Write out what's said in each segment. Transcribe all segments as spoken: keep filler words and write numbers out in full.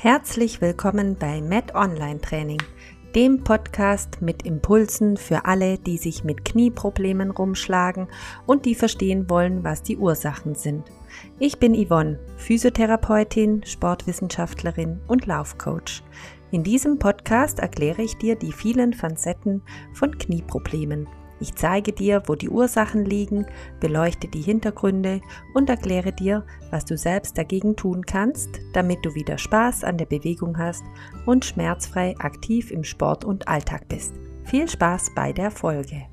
Herzlich willkommen bei Med Online Training, dem Podcast mit Impulsen für alle, die sich mit Knieproblemen rumschlagen und die verstehen wollen, was die Ursachen sind. Ich bin Yvonne, Physiotherapeutin, Sportwissenschaftlerin und Laufcoach. In diesem Podcast erkläre ich dir die vielen Facetten von Knieproblemen. Ich zeige dir, wo die Ursachen liegen, beleuchte die Hintergründe und erkläre dir, was du selbst dagegen tun kannst, damit du wieder Spaß an der Bewegung hast und schmerzfrei aktiv im Sport und Alltag bist. Viel Spaß bei der Folge!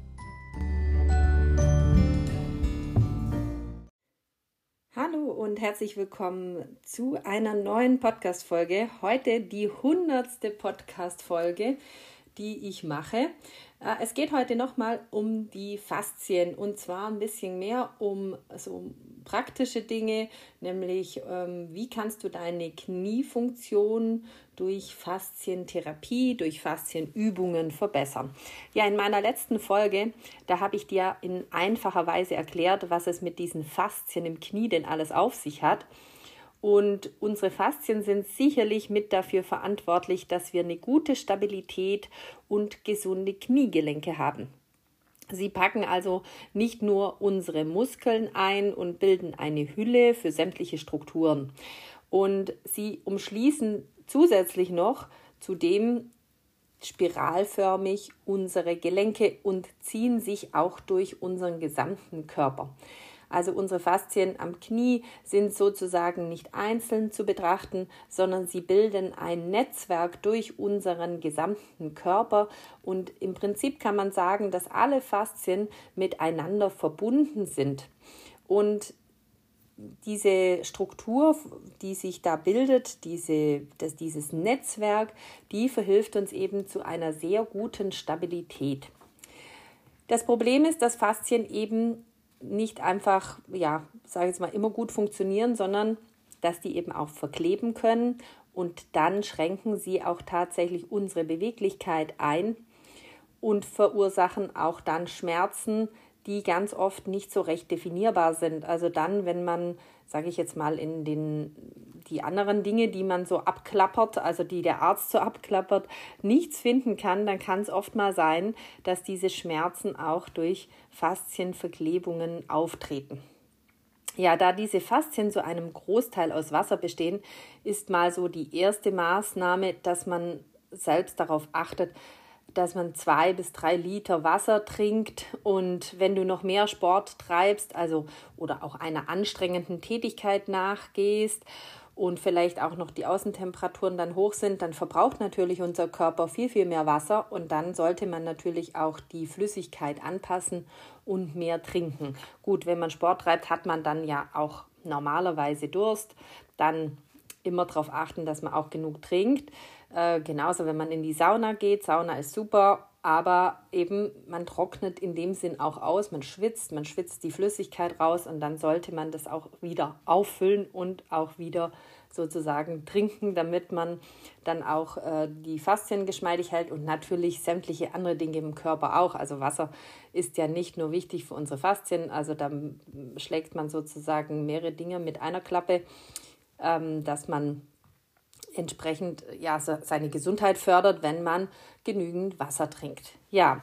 Hallo und herzlich willkommen zu einer neuen Podcast-Folge. Heute die hundertste Podcast-Folge, die ich mache. Es geht heute nochmal um die Faszien und zwar ein bisschen mehr um so praktische Dinge, nämlich ähm, wie kannst du deine Kniefunktion durch Faszientherapie, durch Faszienübungen verbessern. Ja, in meiner letzten Folge, da habe ich dir in einfacher Weise erklärt, was es mit diesen Faszien im Knie denn alles auf sich hat. Und unsere Faszien sind sicherlich mit dafür verantwortlich, dass wir eine gute Stabilität und gesunde Kniegelenke haben. Sie packen also nicht nur unsere Muskeln ein und bilden eine Hülle für sämtliche Strukturen. Und sie umschließen zusätzlich noch zudem spiralförmig unsere Gelenke und ziehen sich auch durch unseren gesamten Körper. Also unsere Faszien am Knie sind sozusagen nicht einzeln zu betrachten, sondern sie bilden ein Netzwerk durch unseren gesamten Körper. Und im Prinzip kann man sagen, dass alle Faszien miteinander verbunden sind. Und diese Struktur, die sich da bildet, diese, das, dieses Netzwerk, die verhilft uns eben zu einer sehr guten Stabilität. Das Problem ist, dass Faszien eben nicht einfach, ja, sage ich jetzt mal, immer gut funktionieren, sondern dass die eben auch verkleben können und dann schränken sie auch tatsächlich unsere Beweglichkeit ein und verursachen auch dann Schmerzen, die ganz oft nicht so recht definierbar sind. Also dann, wenn man, sage ich jetzt mal, in den die anderen Dinge, die man so abklappert, also die der Arzt so abklappert, nichts finden kann, dann kann es oft mal sein, dass diese Schmerzen auch durch Faszienverklebungen auftreten. Ja, da diese Faszien zu einem Großteil aus Wasser bestehen, ist mal so die erste Maßnahme, dass man selbst darauf achtet, dass man zwei bis drei Liter Wasser trinkt und wenn du noch mehr Sport treibst, also oder auch einer anstrengenden Tätigkeit nachgehst und vielleicht auch noch die Außentemperaturen dann hoch sind, dann verbraucht natürlich unser Körper viel, viel mehr Wasser und dann sollte man natürlich auch die Flüssigkeit anpassen und mehr trinken. Gut, wenn man Sport treibt, hat man dann ja auch normalerweise Durst, dann immer darauf achten, dass man auch genug trinkt. Äh, genauso, wenn man in die Sauna geht. Sauna ist super, aber eben man trocknet in dem Sinn auch aus. Man schwitzt, man schwitzt die Flüssigkeit raus und dann sollte man das auch wieder auffüllen und auch wieder sozusagen trinken, damit man dann auch äh, die Faszien geschmeidig hält und natürlich sämtliche andere Dinge im Körper auch. Also Wasser ist ja nicht nur wichtig für unsere Faszien, also da schlägt man sozusagen mehrere Dinge mit einer Klappe, ähm, dass man entsprechend ja, seine Gesundheit fördert, wenn man genügend Wasser trinkt. Ja,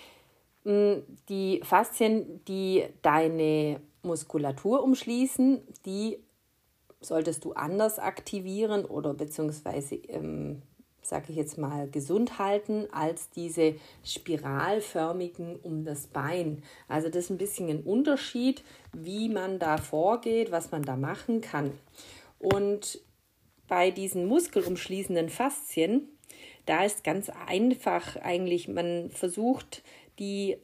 die Faszien, die deine Muskulatur umschließen, die solltest du anders aktivieren oder beziehungsweise, ähm, sage ich jetzt mal, gesund halten als diese spiralförmigen um das Bein. Also das ist ein bisschen ein Unterschied, wie man da vorgeht, was man da machen kann. Und bei diesen muskelumschließenden Faszien, da ist ganz einfach eigentlich, man versucht, die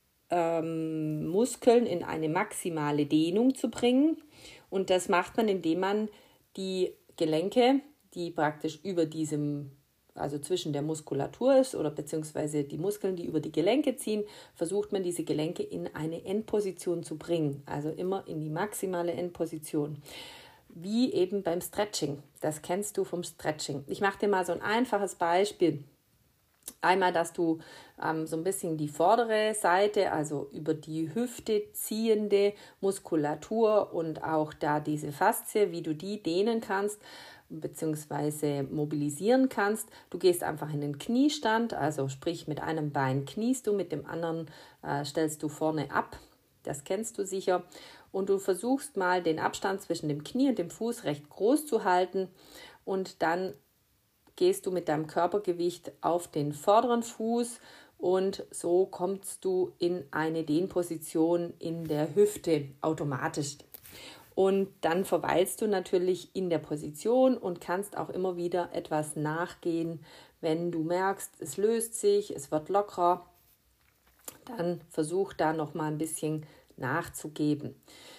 ähm, Muskeln in eine maximale Dehnung zu bringen. Und das macht man, indem man die Gelenke, die praktisch über diesem, also zwischen der Muskulatur ist oder beziehungsweise die Muskeln, die über die Gelenke ziehen, versucht man diese Gelenke in eine Endposition zu bringen. Also immer in die maximale Endposition. Wie eben beim Stretching. Das kennst du vom Stretching. Ich mache dir mal so ein einfaches Beispiel. Einmal, dass du ähm, so ein bisschen die vordere Seite, also über die Hüfte ziehende Muskulatur und auch da diese Faszie, wie du die dehnen kannst. bzw. mobilisieren kannst. Du gehst einfach in den Kniestand, also sprich mit einem Bein kniest du, mit dem anderen äh, stellst du vorne ab. Das kennst du sicher. Und du versuchst mal den Abstand zwischen dem Knie und dem Fuß recht groß zu halten und dann gehst du mit deinem Körpergewicht auf den vorderen Fuß und so kommst du in eine Dehnposition in der Hüfte automatisch. Und dann verweilst du natürlich in der Position und kannst auch immer wieder etwas nachgehen. Wenn du merkst, es löst sich, es wird lockerer, dann versuch da noch mal ein bisschen nachzugeben.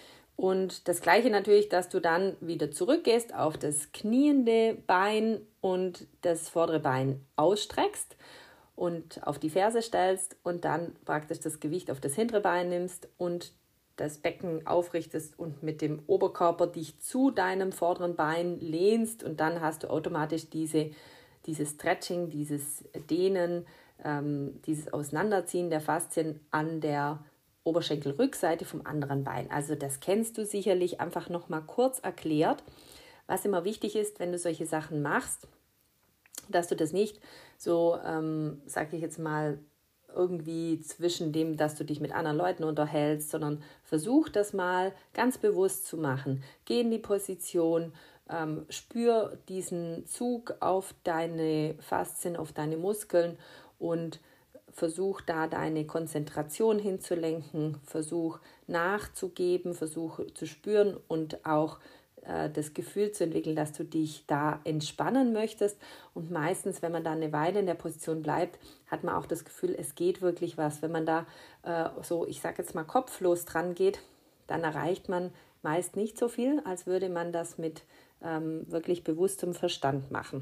Und das Gleiche natürlich, dass du dann wieder zurückgehst auf das kniende Bein und das vordere Bein ausstreckst und auf die Ferse stellst und dann praktisch das Gewicht auf das hintere Bein nimmst und das Becken aufrichtest und mit dem Oberkörper dich zu deinem vorderen Bein lehnst und dann hast du automatisch diese, dieses Stretching, dieses Dehnen, ähm, dieses Auseinanderziehen der Faszien an der Oberschenkelrückseite vom anderen Bein. Also das kennst du sicherlich, einfach noch mal kurz erklärt. Was immer wichtig ist, wenn du solche Sachen machst, dass du das nicht so, ähm, sage ich jetzt mal, irgendwie zwischen dem, dass du dich mit anderen Leuten unterhältst, sondern versuch das mal ganz bewusst zu machen. Geh in die Position, ähm, spür diesen Zug auf deine Faszien, auf deine Muskeln und versuch da deine Konzentration hinzulenken, versuch nachzugeben, versuch zu spüren und auch äh, das Gefühl zu entwickeln, dass du dich da entspannen möchtest. Und meistens, wenn man da eine Weile in der Position bleibt, hat man auch das Gefühl, es geht wirklich was. Wenn man da äh, so, ich sage jetzt mal, kopflos dran geht, dann erreicht man meist nicht so viel, als würde man das mit ähm, wirklich bewusstem Verstand machen.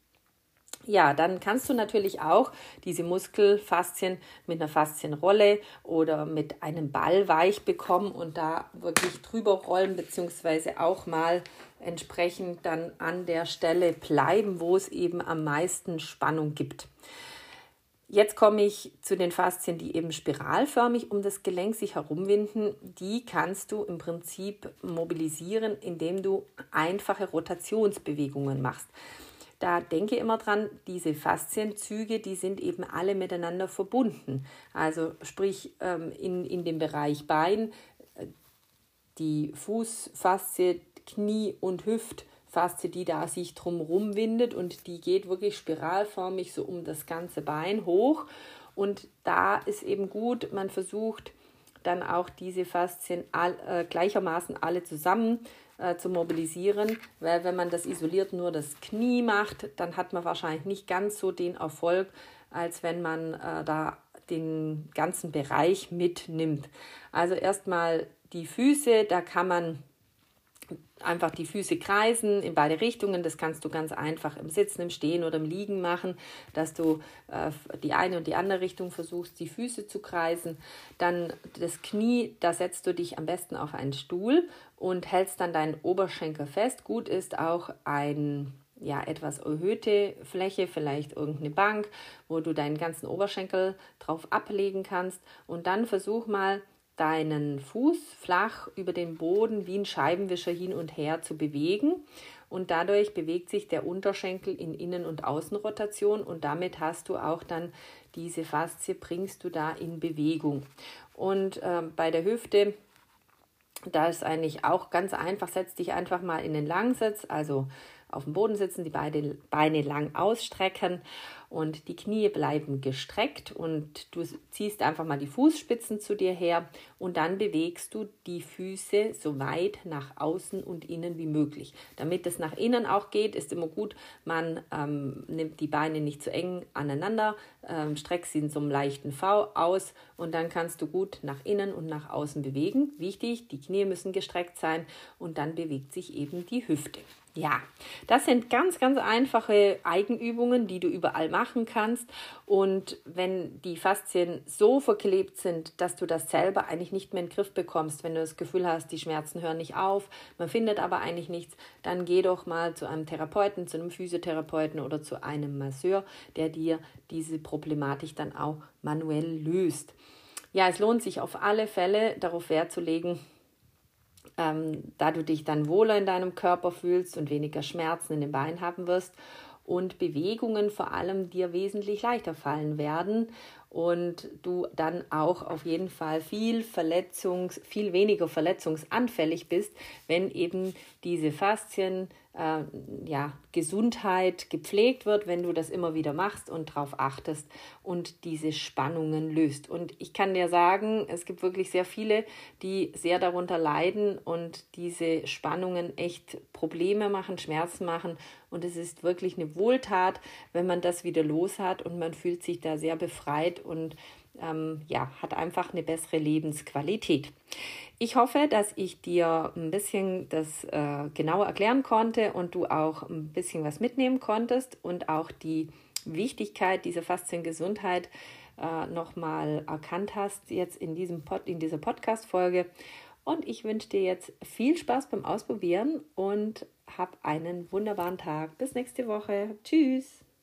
Ja, dann kannst du natürlich auch diese Muskelfaszien mit einer Faszienrolle oder mit einem Ball weich bekommen und da wirklich drüber rollen beziehungsweise auch mal entsprechend dann an der Stelle bleiben, wo es eben am meisten Spannung gibt. Jetzt komme ich zu den Faszien, die eben spiralförmig um das Gelenk sich herumwinden. Die kannst du im Prinzip mobilisieren, indem du einfache Rotationsbewegungen machst. Da denke immer dran, diese Faszienzüge, die sind eben alle miteinander verbunden. Also sprich in, in dem Bereich Bein, die Fußfaszie, Knie- und Hüftfaszie, die da sich drumherum windet und die geht wirklich spiralförmig so um das ganze Bein hoch. Und da ist eben gut, man versucht dann auch diese Faszien all, äh, gleichermaßen alle zusammen äh, zu mobilisieren, weil wenn man das isoliert nur das Knie macht, dann hat man wahrscheinlich nicht ganz so den Erfolg, als wenn man äh, da den ganzen Bereich mitnimmt. Also erstmal die Füße, da kann man einfach die Füße kreisen in beide Richtungen. Das kannst du ganz einfach im Sitzen, im Stehen oder im Liegen machen, dass du äh, die eine und die andere Richtung versuchst, die Füße zu kreisen. Dann das Knie, da setzt du dich am besten auf einen Stuhl und hältst dann deinen Oberschenkel fest. Gut ist auch ein ja, etwas erhöhte Fläche, vielleicht irgendeine Bank, wo du deinen ganzen Oberschenkel drauf ablegen kannst. Und dann versuch mal, deinen Fuß flach über den Boden wie ein Scheibenwischer hin und her zu bewegen und dadurch bewegt sich der Unterschenkel in Innen- und Außenrotation und damit hast du auch dann diese Faszie, bringst du da in Bewegung. Und äh, bei der Hüfte, da ist eigentlich auch ganz einfach, setz dich einfach mal in den Langsitz, also auf dem Boden sitzen, die beide Beine lang ausstrecken und die Knie bleiben gestreckt und du ziehst einfach mal die Fußspitzen zu dir her und dann bewegst du die Füße so weit nach außen und innen wie möglich. Damit es nach innen auch geht, ist immer gut, man ähm, nimmt die Beine nicht zu eng aneinander, ähm, streckt sie in so einem leichten V aus und dann kannst du gut nach innen und nach außen bewegen. Wichtig, die Knie müssen gestreckt sein und dann bewegt sich eben die Hüfte. Ja, das sind ganz, ganz einfache Eigenübungen, die du überall machen kannst. Und wenn die Faszien so verklebt sind, dass du das selber eigentlich nicht mehr in den Griff bekommst, wenn du das Gefühl hast, die Schmerzen hören nicht auf, man findet aber eigentlich nichts, dann geh doch mal zu einem Therapeuten, zu einem Physiotherapeuten oder zu einem Masseur, der dir diese Problematik dann auch manuell löst. Ja, es lohnt sich auf alle Fälle, darauf Wert zu legen, ähm, da du dich dann wohler in deinem Körper fühlst und weniger Schmerzen in den Beinen haben wirst und Bewegungen vor allem dir wesentlich leichter fallen werden und du dann auch auf jeden Fall viel Verletzungs, viel weniger verletzungsanfällig bist, wenn eben diese Faszien, äh, ja, Gesundheit gepflegt wird, wenn du das immer wieder machst und darauf achtest und diese Spannungen löst. Und ich kann dir sagen, es gibt wirklich sehr viele, die sehr darunter leiden und diese Spannungen echt Probleme machen, Schmerzen machen. Und es ist wirklich eine Wohltat, wenn man das wieder los hat und man fühlt sich da sehr befreit und ähm, ja, hat einfach eine bessere Lebensqualität. Ich hoffe, dass ich dir ein bisschen das äh, genauer erklären konnte und du auch ein bisschen was mitnehmen konntest und auch die Wichtigkeit dieser Fasziengesundheit äh, nochmal erkannt hast jetzt in, diesem Pod, in dieser Podcast-Folge. Und ich wünsche dir jetzt viel Spaß beim Ausprobieren und hab einen wunderbaren Tag. Bis nächste Woche. Tschüss.